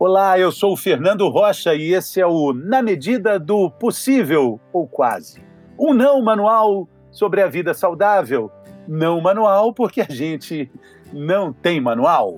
Olá, eu sou o Fernando Rocha e esse é o Na Medida do Possível, ou quase. Um não manual sobre a vida saudável. Não manual porque a gente não tem manual.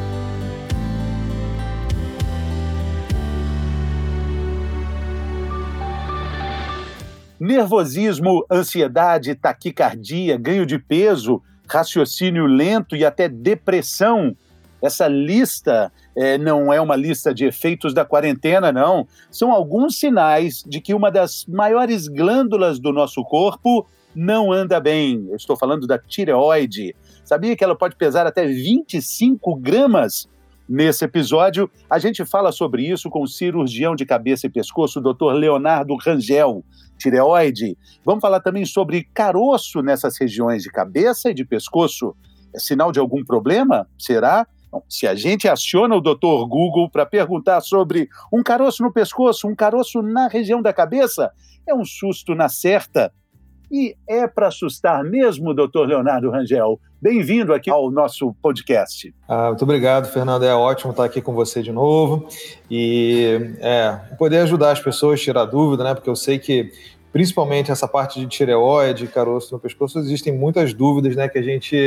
Nervosismo, ansiedade, taquicardia, ganho de peso, raciocínio lento e até depressão. Essa lista não é uma lista de efeitos da quarentena, não. São alguns sinais de que uma das maiores glândulas do nosso corpo não anda bem. Eu estou falando da tireoide. Sabia que ela pode pesar até 25 gramas? Nesse episódio, a gente fala sobre isso com o cirurgião de cabeça e pescoço, o Dr. Leonardo Rangel. Tireoide. Vamos falar também sobre caroço nessas regiões de cabeça e de pescoço. É sinal de algum problema? Será? Bom, se a gente aciona o Dr. Google para perguntar sobre um caroço no pescoço, um caroço na região da cabeça, é um susto na certa. E é para assustar mesmo, Dr. Leonardo Rangel. Bem-vindo aqui ao nosso podcast. Muito obrigado, Fernando. É ótimo estar aqui com você de novo e poder ajudar as pessoas a tirar dúvida, né? Porque eu sei que, principalmente essa parte de tireoide, caroço no pescoço, existem muitas dúvidas, né, que a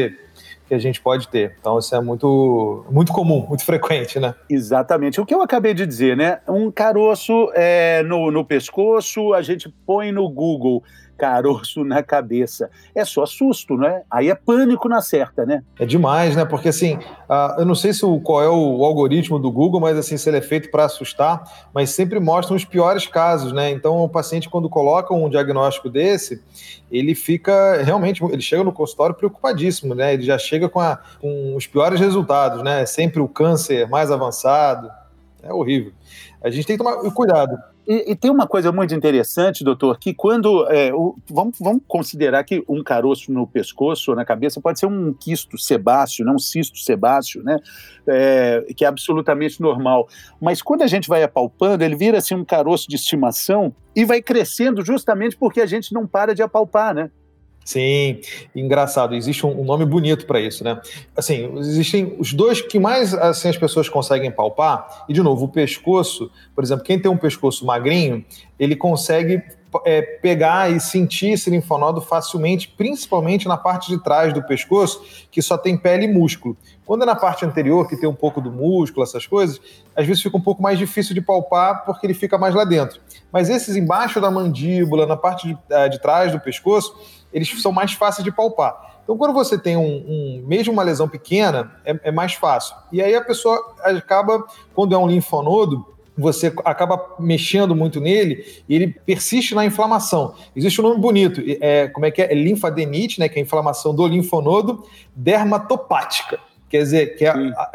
gente pode ter. Então, isso é muito, muito comum, muito frequente, né? Exatamente. O que eu acabei de dizer, né? Um caroço no pescoço, a gente põe no Google caroço na cabeça. É só susto, né? Aí é pânico na certa, né? É demais, né? Porque, assim, eu não sei qual é o algoritmo do Google, mas, assim, se ele é feito para assustar, mas sempre mostram os piores casos, né? Então, o paciente, quando coloca um diagnóstico desse, ele fica, realmente, ele chega no consultório preocupadíssimo, né? Ele já chega com os piores resultados, né? Sempre o câncer mais avançado. É horrível. A gente tem que tomar cuidado. E tem uma coisa muito interessante, doutor, que quando... vamos considerar que um caroço no pescoço ou na cabeça pode ser um quisto sebáceo, né, um cisto sebáceo, né, que é absolutamente normal. Mas quando a gente vai apalpando, ele vira assim um caroço de estimação e vai crescendo justamente porque a gente não para de apalpar, né? Sim, engraçado, existe um nome bonito para isso, né? Assim, existem os dois que mais assim, as pessoas conseguem palpar, e de novo, o pescoço, por exemplo, quem tem um pescoço magrinho, ele consegue pegar e sentir esse linfonodo facilmente, principalmente na parte de trás do pescoço, que só tem pele e músculo. Quando é na parte anterior, que tem um pouco do músculo, essas coisas, às vezes fica um pouco mais difícil de palpar, porque ele fica mais lá dentro. Mas esses embaixo da mandíbula, na parte de trás do pescoço, eles são mais fáceis de palpar. Então, quando você tem mesmo uma lesão pequena, é mais fácil. E aí a pessoa acaba, quando é um linfonodo, você acaba mexendo muito nele e ele persiste na inflamação. Existe um nome bonito, como é que é? É linfadenite, né, que é a inflamação do linfonodo dermatopática. Quer dizer, que é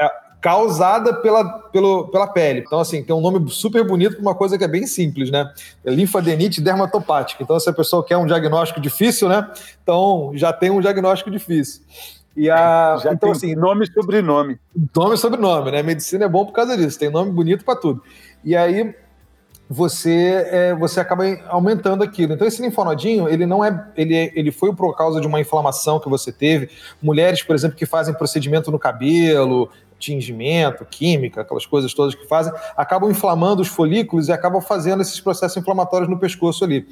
causada pela pele. Então, assim, tem um nome super bonito para uma coisa que é bem simples, né? É linfadenite dermatopática. Então, se a pessoa quer um diagnóstico difícil, né? Então, já tem um diagnóstico difícil. Então, tem assim, nome e sobrenome. Nome e sobrenome, né? Medicina é bom por causa disso, tem nome bonito para tudo. E aí, você acaba aumentando aquilo. Então, esse linfonodinho, ele foi por causa de uma inflamação que você teve. Mulheres, por exemplo, que fazem procedimento no cabelo, tingimento, química, aquelas coisas todas que fazem, acabam inflamando os folículos e acabam fazendo esses processos inflamatórios no pescoço ali.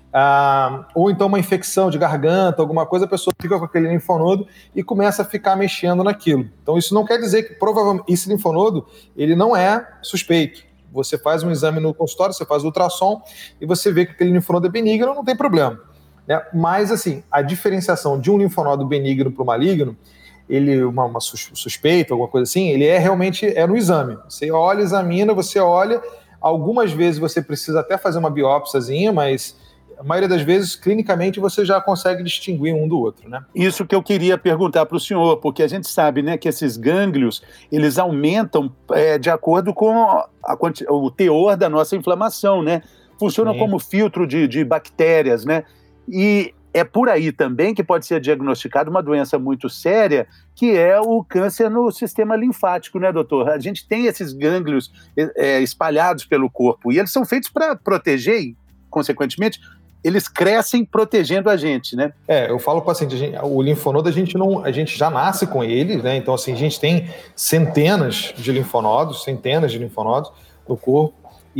Ou então uma infecção de garganta, alguma coisa, a pessoa fica com aquele linfonodo e começa a ficar mexendo naquilo. Então, isso não quer dizer que, provavelmente, esse linfonodo, ele não é suspeito. Você faz um exame no consultório, você faz ultrassom e você vê que aquele linfonodo é benigno, não tem problema, né? Mas, assim, a diferenciação de um linfonodo benigno para o maligno, uma suspeita, alguma coisa assim, ele realmente no exame. Você olha, examina, algumas vezes você precisa até fazer uma biópsiazinha, mas a maioria das vezes, clinicamente, você já consegue distinguir um do outro, né? Isso que eu queria perguntar para o senhor, porque a gente sabe, né, que esses gânglios, eles aumentam de acordo com o teor da nossa inflamação, né? Funcionam como filtro de bactérias, né? E é por aí também que pode ser diagnosticada uma doença muito séria, que é o câncer no sistema linfático, né, doutor? A gente tem esses gânglios espalhados pelo corpo e eles são feitos para proteger, consequentemente, eles crescem protegendo a gente, né? Eu falo para o paciente, o linfonodo a gente já nasce com ele, né? Então, assim, a gente tem centenas de linfonodos no corpo,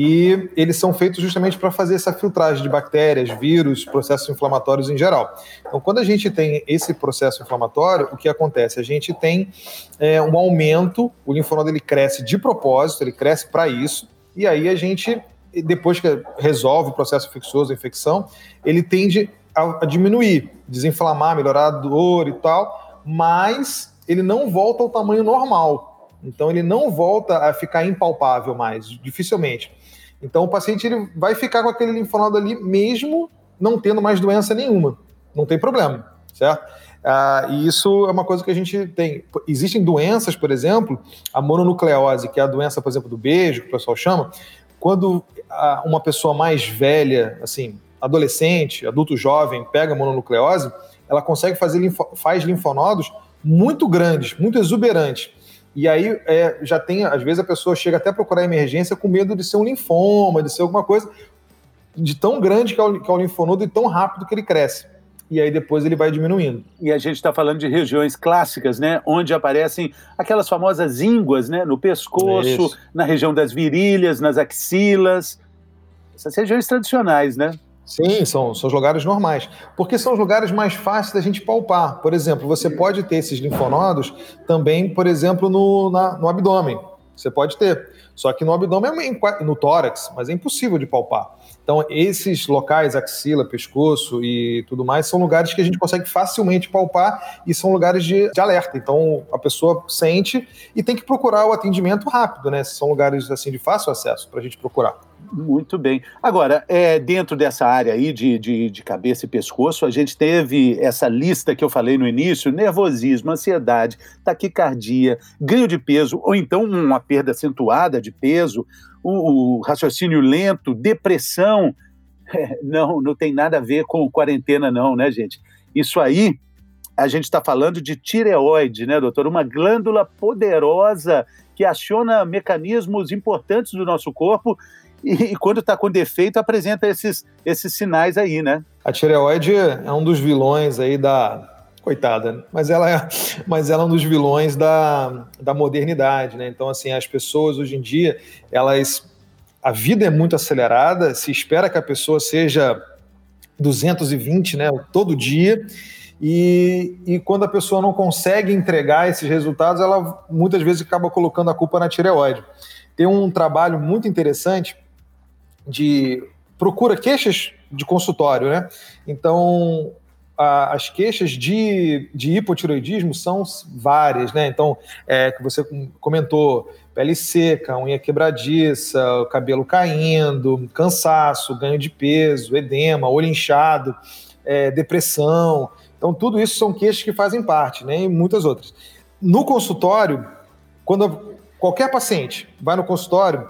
e eles são feitos justamente para fazer essa filtragem de bactérias, vírus, processos inflamatórios em geral. Então, quando a gente tem esse processo inflamatório, o que acontece? A gente tem um aumento, o linfonodo ele cresce de propósito, ele cresce para isso, e aí a gente, depois que resolve o processo infeccioso, a infecção, ele tende a diminuir, desinflamar, melhorar a dor e tal, mas ele não volta ao tamanho normal. Então, ele não volta a ficar impalpável mais, dificilmente. Então, o paciente ele vai ficar com aquele linfonodo ali, mesmo não tendo mais doença nenhuma. Não tem problema, certo? E isso é uma coisa que a gente tem. Existem doenças, por exemplo, a mononucleose, que é a doença, por exemplo, do beijo, que o pessoal chama, quando uma pessoa mais velha, assim, adolescente, adulto jovem, pega mononucleose, ela consegue faz linfonodos muito grandes, muito exuberantes. E aí já tem, às vezes a pessoa chega até a procurar emergência com medo de ser um linfoma, de ser alguma coisa de tão grande que é o linfonodo e tão rápido que ele cresce. E aí depois ele vai diminuindo. E a gente está falando de regiões clássicas, né? Onde aparecem aquelas famosas ínguas, né? No pescoço, na região das virilhas, nas axilas. Essas regiões tradicionais, né? Sim, são os lugares normais, porque são os lugares mais fáceis da gente palpar. Por exemplo, você pode ter esses linfonodos também, por exemplo, no abdômen. Você pode ter. Só que no abdômen, no tórax, mas é impossível de palpar. Então, esses locais, axila, pescoço e tudo mais, são lugares que a gente consegue facilmente palpar e são lugares de alerta. Então, a pessoa sente e tem que procurar o atendimento rápido, né? São lugares assim de fácil acesso para a gente procurar. Muito bem. Agora, dentro dessa área aí de cabeça e pescoço, a gente teve essa lista que eu falei no início: nervosismo, ansiedade, taquicardia, ganho de peso, ou então uma perda acentuada de peso, o raciocínio lento, depressão. Não tem nada a ver com quarentena não, né, gente? Isso aí, a gente está falando de tireoide, né, doutor? Uma glândula poderosa que aciona mecanismos importantes do nosso corpo e quando está com defeito apresenta esses sinais aí, né? A tireoide é um dos vilões aí coitada, mas ela é um dos vilões da modernidade, né? Então, assim, as pessoas hoje em dia, a vida é muito acelerada, se espera que a pessoa seja 220, né, todo dia, e quando a pessoa não consegue entregar esses resultados, ela muitas vezes acaba colocando a culpa na tireoide. Tem um trabalho muito interessante procura queixas de consultório, né? Então, as queixas de hipotireoidismo são várias, né? Então, que você comentou, pele seca, unha quebradiça, cabelo caindo, cansaço, ganho de peso, edema, olho inchado, depressão. Então, tudo isso são queixas que fazem parte, né? E muitas outras. No consultório, quando qualquer paciente vai no consultório,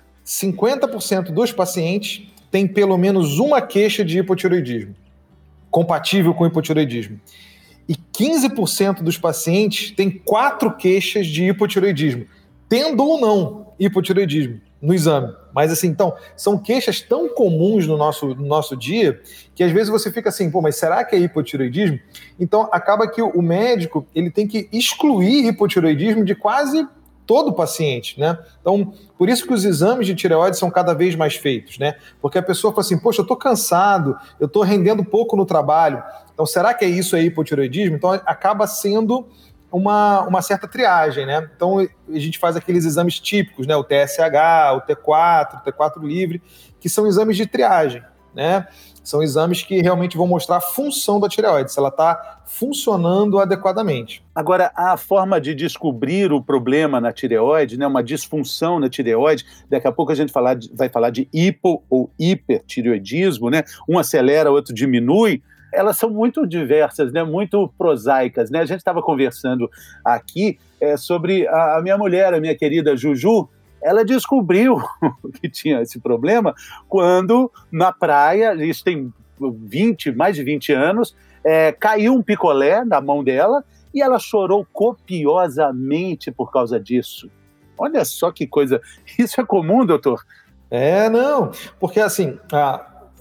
50% dos pacientes têm pelo menos uma queixa de hipotireoidismo, compatível com hipotireoidismo. E 15% dos pacientes têm 4 queixas de hipotireoidismo, tendo ou não hipotireoidismo no exame. Mas assim, então, são queixas tão comuns no nosso dia que às vezes você fica assim, mas será que é hipotireoidismo? Então, acaba que o médico ele tem que excluir hipotireoidismo de quase todo paciente, né? Então, por isso que os exames de tireoide são cada vez mais feitos, né? Porque a pessoa fala assim, poxa, eu tô cansado, eu tô rendendo pouco no trabalho, então será que é isso aí, hipotireoidismo? Então, acaba sendo uma certa triagem, né? Então, a gente faz aqueles exames típicos, né? O TSH, o T4, o T4 livre, que são exames de triagem, né? São exames que realmente vão mostrar a função da tireoide, se ela está funcionando adequadamente. Agora, a forma de descobrir o problema na tireoide, né, uma disfunção na tireoide, daqui a pouco a gente vai falar de hipo ou hipertireoidismo, né? Um acelera, o outro diminui. Elas são muito diversas, né? Muito prosaicas, né? A gente estava conversando aqui sobre a minha mulher, a minha querida Juju. Ela descobriu que tinha esse problema quando, na praia, isso tem mais de 20 anos, caiu um picolé na mão dela e ela chorou copiosamente por causa disso. Olha só que coisa. Isso é comum, doutor? Não, porque assim,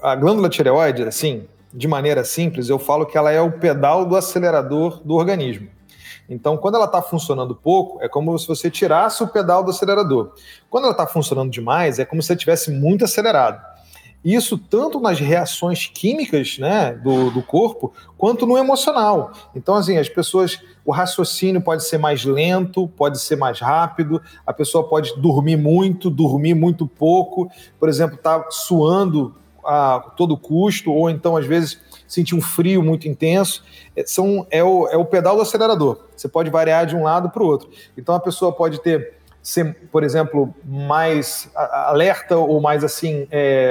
A glândula tireoide, assim, de maneira simples, eu falo que ela é o pedal do acelerador do organismo. Então, quando ela está funcionando pouco, é como se você tirasse o pedal do acelerador. Quando ela está funcionando demais, é como se você estivesse muito acelerado. Isso tanto nas reações químicas, né, do corpo, quanto no emocional. Então, assim, as pessoas, o raciocínio pode ser mais lento, pode ser mais rápido, a pessoa pode dormir muito pouco, por exemplo, tá suando a todo custo, ou então, às vezes, sentir um frio muito intenso. É o pedal do acelerador. Você pode variar de um lado para o outro. Então, a pessoa pode ser, por exemplo, mais alerta ou mais assim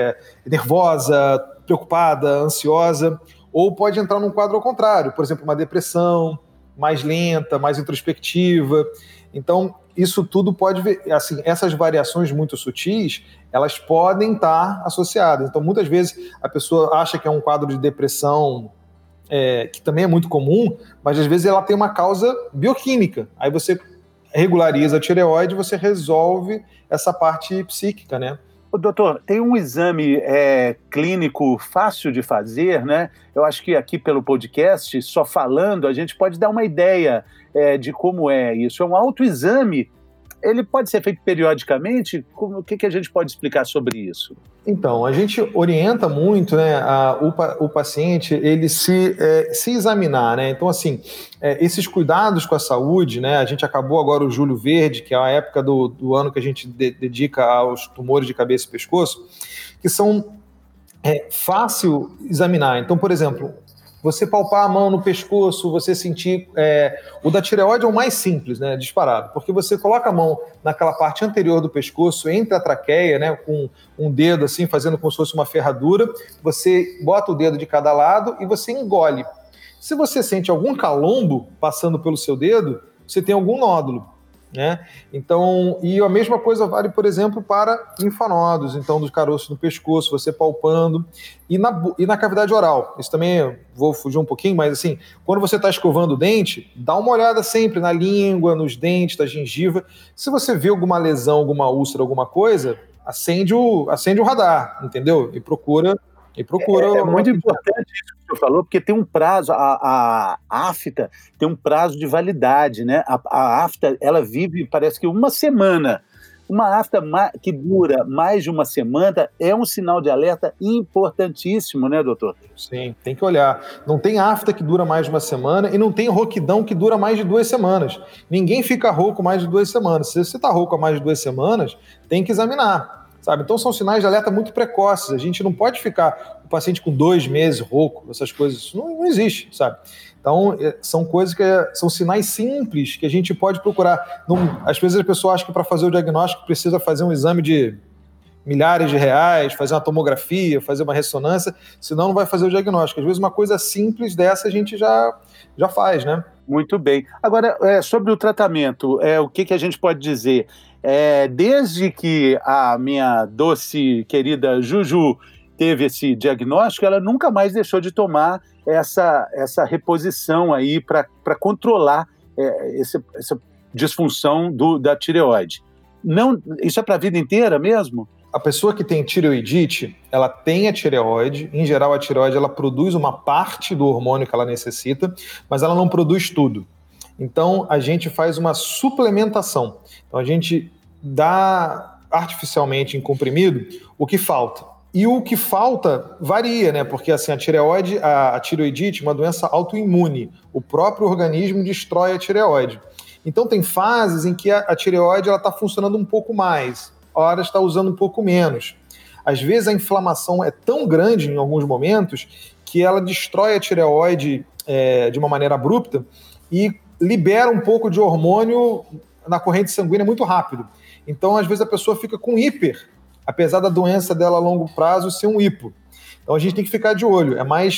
nervosa, preocupada, ansiosa, ou pode entrar num quadro ao contrário, por exemplo, uma depressão mais lenta, mais introspectiva. Então, isso tudo pode ver, assim, essas variações muito sutis, elas podem estar associadas. Então, muitas vezes a pessoa acha que é um quadro de depressão, que também é muito comum, mas às vezes ela tem uma causa bioquímica. Aí você regulariza a tireoide, você resolve essa parte psíquica, né? Doutor, tem um exame clínico fácil de fazer, né? Eu acho que aqui pelo podcast, só falando, a gente pode dar uma ideia de como é isso. É um autoexame, ele pode ser feito periodicamente? O que a gente pode explicar sobre isso? Então, a gente orienta muito, né, o paciente ele se examinar, né? Então, assim, esses cuidados com a saúde, né? A gente acabou agora o Julho Verde, que é a época do ano que a gente dedica aos tumores de cabeça e pescoço, que são fácil examinar. Então, por exemplo, você palpar a mão no pescoço, você sentir... o da tireoide é o mais simples, né, disparado, porque você coloca a mão naquela parte anterior do pescoço, entre a traqueia, né, com um dedo assim, fazendo como se fosse uma ferradura, você bota o dedo de cada lado e você engole. Se você sente algum calombo passando pelo seu dedo, você tem algum nódulo. Né? Então, e a mesma coisa vale, por exemplo, para linfonodos, então dos caroços no pescoço, você palpando, e na cavidade oral. Isso também vou fugir um pouquinho, mas assim, quando você está escovando o dente, dá uma olhada sempre na língua, nos dentes, da gengiva. Se você vê alguma lesão, alguma úlcera, alguma coisa, acende o radar, entendeu? E procura. É muito importante isso que você falou, porque tem um prazo, a afta tem um prazo de validade, né? A afta, ela vive, parece que uma semana. Uma afta que dura mais de uma semana é um sinal de alerta importantíssimo, né, doutor? Sim, tem que olhar. Não tem afta que dura mais de uma semana e não tem rouquidão que dura mais de 2 semanas. Ninguém fica rouco mais de 2 semanas. Se você está rouco há mais de 2 semanas, tem que examinar. Sabe? Então são sinais de alerta muito precoces. A gente não pode ficar o paciente com 2 meses rouco, essas coisas. Isso não existe, sabe? Então são coisas são sinais simples que a gente pode procurar. Às vezes a pessoa acha que para fazer o diagnóstico precisa fazer um exame de milhares de reais, fazer uma tomografia, fazer uma ressonância, senão não vai fazer o diagnóstico. Às vezes uma coisa simples dessa a gente já faz, né? Muito bem. Agora, sobre o tratamento, o que a gente pode dizer? Desde que a minha doce querida Juju teve esse diagnóstico, ela nunca mais deixou de tomar essa reposição aí para controlar essa disfunção da tireoide. Não, isso é para a vida inteira mesmo? A pessoa que tem tireoidite, ela tem a tireoide. Em geral, a tireoide ela produz uma parte do hormônio que ela necessita, mas ela não produz tudo. Então, a gente faz uma suplementação. Então, a gente dá artificialmente em comprimido o que falta. E o que falta varia, né? Porque assim, a tireoidite é uma doença autoimune. O próprio organismo destrói a tireoide. Então, tem fases em que a tireoide está funcionando um pouco mais, horas está usando um pouco menos. Às vezes a inflamação é tão grande em alguns momentos que ela destrói a tireoide de uma maneira abrupta e libera um pouco de hormônio na corrente sanguínea muito rápido. Então, às vezes a pessoa fica com hiper, apesar da doença dela a longo prazo ser um hipo. Então, a gente tem que ficar de olho.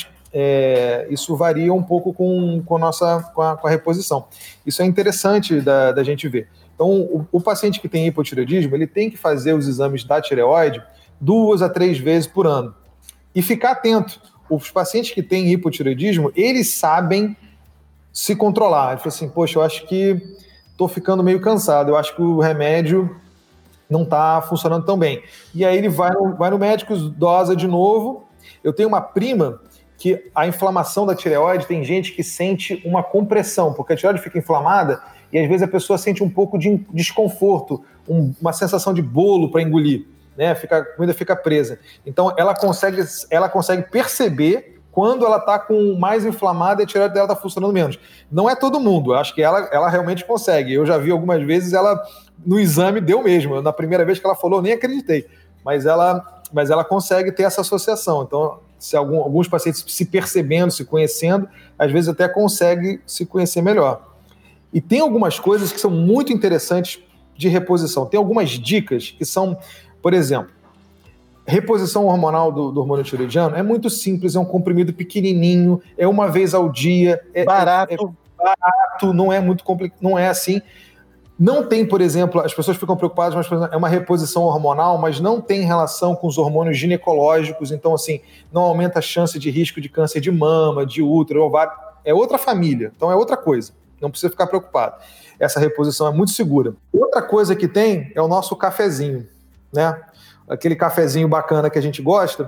Isso varia um pouco com a reposição. Isso é interessante da gente ver. Então, o paciente que tem hipotireoidismo, ele tem que fazer os exames da tireoide 2 a 3 vezes por ano. E ficar atento. Os pacientes que têm hipotireoidismo, eles sabem se controlar. Ele fala assim, poxa, eu acho que estou ficando meio cansado, eu acho que o remédio não está funcionando tão bem. E aí ele vai no médico, dosa de novo, Eu tenho uma prima que a inflamação da tireoide, tem gente que sente uma compressão, porque a tireoide fica inflamada e às vezes a pessoa sente um pouco de desconforto, uma sensação de bolo para engolir, né? A comida fica presa. Então ela consegue perceber quando ela está mais inflamada e a tireoide dela está funcionando menos. Não é todo mundo, eu acho que ela realmente consegue. Eu já vi algumas vezes ela no exame deu mesmo. Na primeira vez que ela falou, eu nem acreditei. Mas ela consegue ter essa associação. Então, se alguns pacientes se percebendo, se conhecendo, às vezes até consegue se conhecer melhor. E tem algumas coisas que são muito interessantes de reposição. Tem algumas dicas que são, por exemplo, reposição hormonal do hormônio tiroidiano é muito simples, é um comprimido pequenininho, é uma vez ao dia, barato, não é muito complicado, não é assim. Não tem, por exemplo, as pessoas ficam preocupadas, mas por exemplo, é uma reposição hormonal, mas não tem relação com os hormônios ginecológicos, então assim, não aumenta a chance de risco de câncer de mama, de útero, ovário, é outra família, então é outra coisa, não precisa ficar preocupado. Essa reposição é muito segura. Outra coisa que tem é o nosso cafezinho, né? Aquele cafezinho bacana que a gente gosta,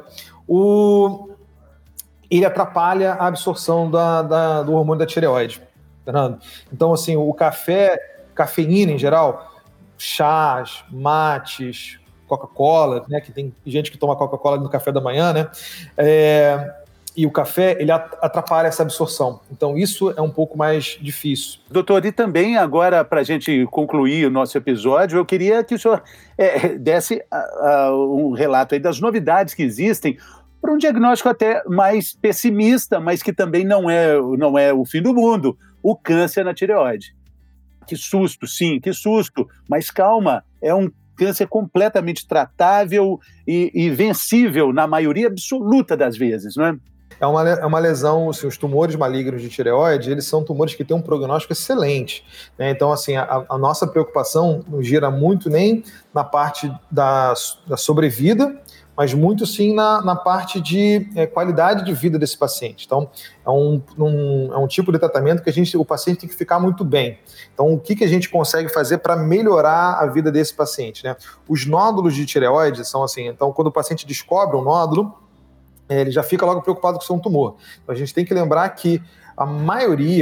ele atrapalha a absorção do hormônio da tireoide. Fernando? Então, assim, o cafeína em geral, chás, mates, Coca-Cola, né? Que tem gente que toma Coca-Cola no café da manhã, né? E o café, ele atrapalha essa absorção. Então, isso é um pouco mais difícil. Doutor, e também agora, para a gente concluir o nosso episódio, eu queria que o senhor desse um relato aí das novidades que existem para um diagnóstico até mais pessimista, mas que também não é o fim do mundo, o câncer na tireoide. Que susto, sim, que susto, mas calma, é um câncer completamente tratável e vencível na maioria absoluta das vezes, não é? É uma lesão, assim, os tumores malignos de tireoide, eles são tumores que têm um prognóstico excelente, né? Então, assim, a nossa preocupação não gira muito nem na parte da sobrevida, mas muito sim na parte de qualidade de vida desse paciente. Então, é um tipo de tratamento que o paciente tem que ficar muito bem. Então, o que a gente consegue fazer para melhorar a vida desse paciente, né? Os nódulos de tireoide são assim, então, quando o paciente descobre um nódulo, ele já fica logo preocupado com o seu tumor. Então, a gente tem que lembrar que a maioria,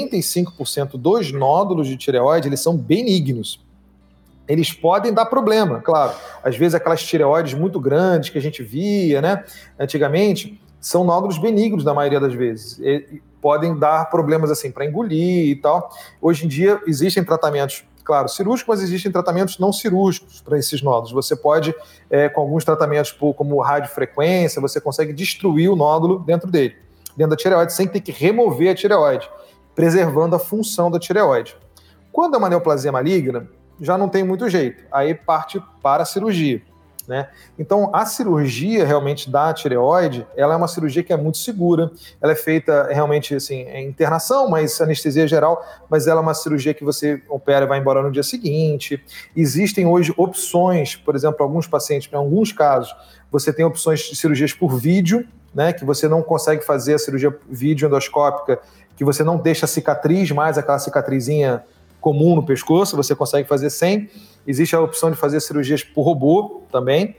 85% dos nódulos de tireoide, eles são benignos. Eles podem dar problema, claro. Às vezes aquelas tireoides muito grandes que a gente via, né, antigamente, são nódulos benignos na maioria das vezes. E podem dar problemas assim para engolir e tal. Hoje em dia existem tratamentos, claro, cirúrgicos, mas existem tratamentos não cirúrgicos para esses nódulos. Você pode, com alguns tratamentos como radiofrequência, você consegue destruir o nódulo dentro dele, dentro da tireoide, sem ter que remover a tireoide, preservando a função da tireoide. Quando é uma neoplasia maligna, já não tem muito jeito, aí parte para a cirurgia, né? Então, a cirurgia realmente da tireoide, ela é uma cirurgia que é muito segura, ela é feita realmente, assim, em internação, mas anestesia geral, mas ela é uma cirurgia que você opera e vai embora no dia seguinte. Existem hoje opções, por exemplo, alguns pacientes, em alguns casos, você tem opções de cirurgias por vídeo, né, que você não consegue fazer a cirurgia vídeo endoscópica, que você não deixa a cicatriz mais, aquela cicatrizinha comum no pescoço, você consegue fazer sem. Existe a opção de fazer cirurgias por robô também.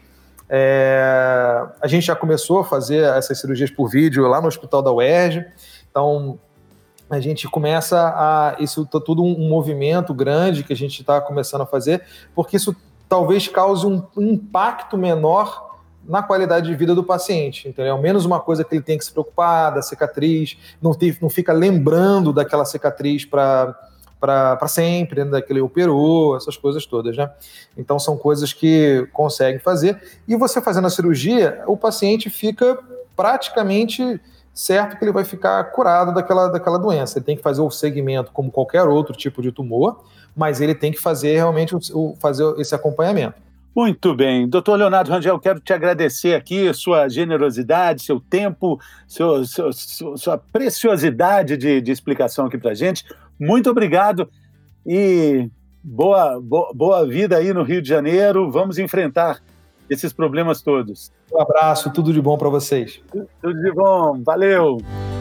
A gente já começou a fazer essas cirurgias por vídeo lá no hospital da UERJ. Então, a gente começa isso tá tudo um movimento grande que a gente está começando a fazer, porque isso talvez cause um impacto menor na qualidade de vida do paciente, entendeu? Menos uma coisa que ele tem que se preocupar, da cicatriz, não fica lembrando daquela cicatriz para sempre, né, daquele operou, essas coisas todas, né? Então são coisas que conseguem fazer. E você fazendo a cirurgia, o paciente fica praticamente certo que ele vai ficar curado daquela doença. Ele tem que fazer o segmento como qualquer outro tipo de tumor, mas ele tem que fazer realmente fazer esse acompanhamento. Muito bem. Doutor Leonardo Rangel, quero te agradecer aqui sua generosidade, seu tempo, sua preciosidade de explicação aqui para a gente. Muito obrigado e boa vida aí no Rio de Janeiro. Vamos enfrentar esses problemas todos. Um abraço, tudo de bom para vocês. Tudo de bom, valeu.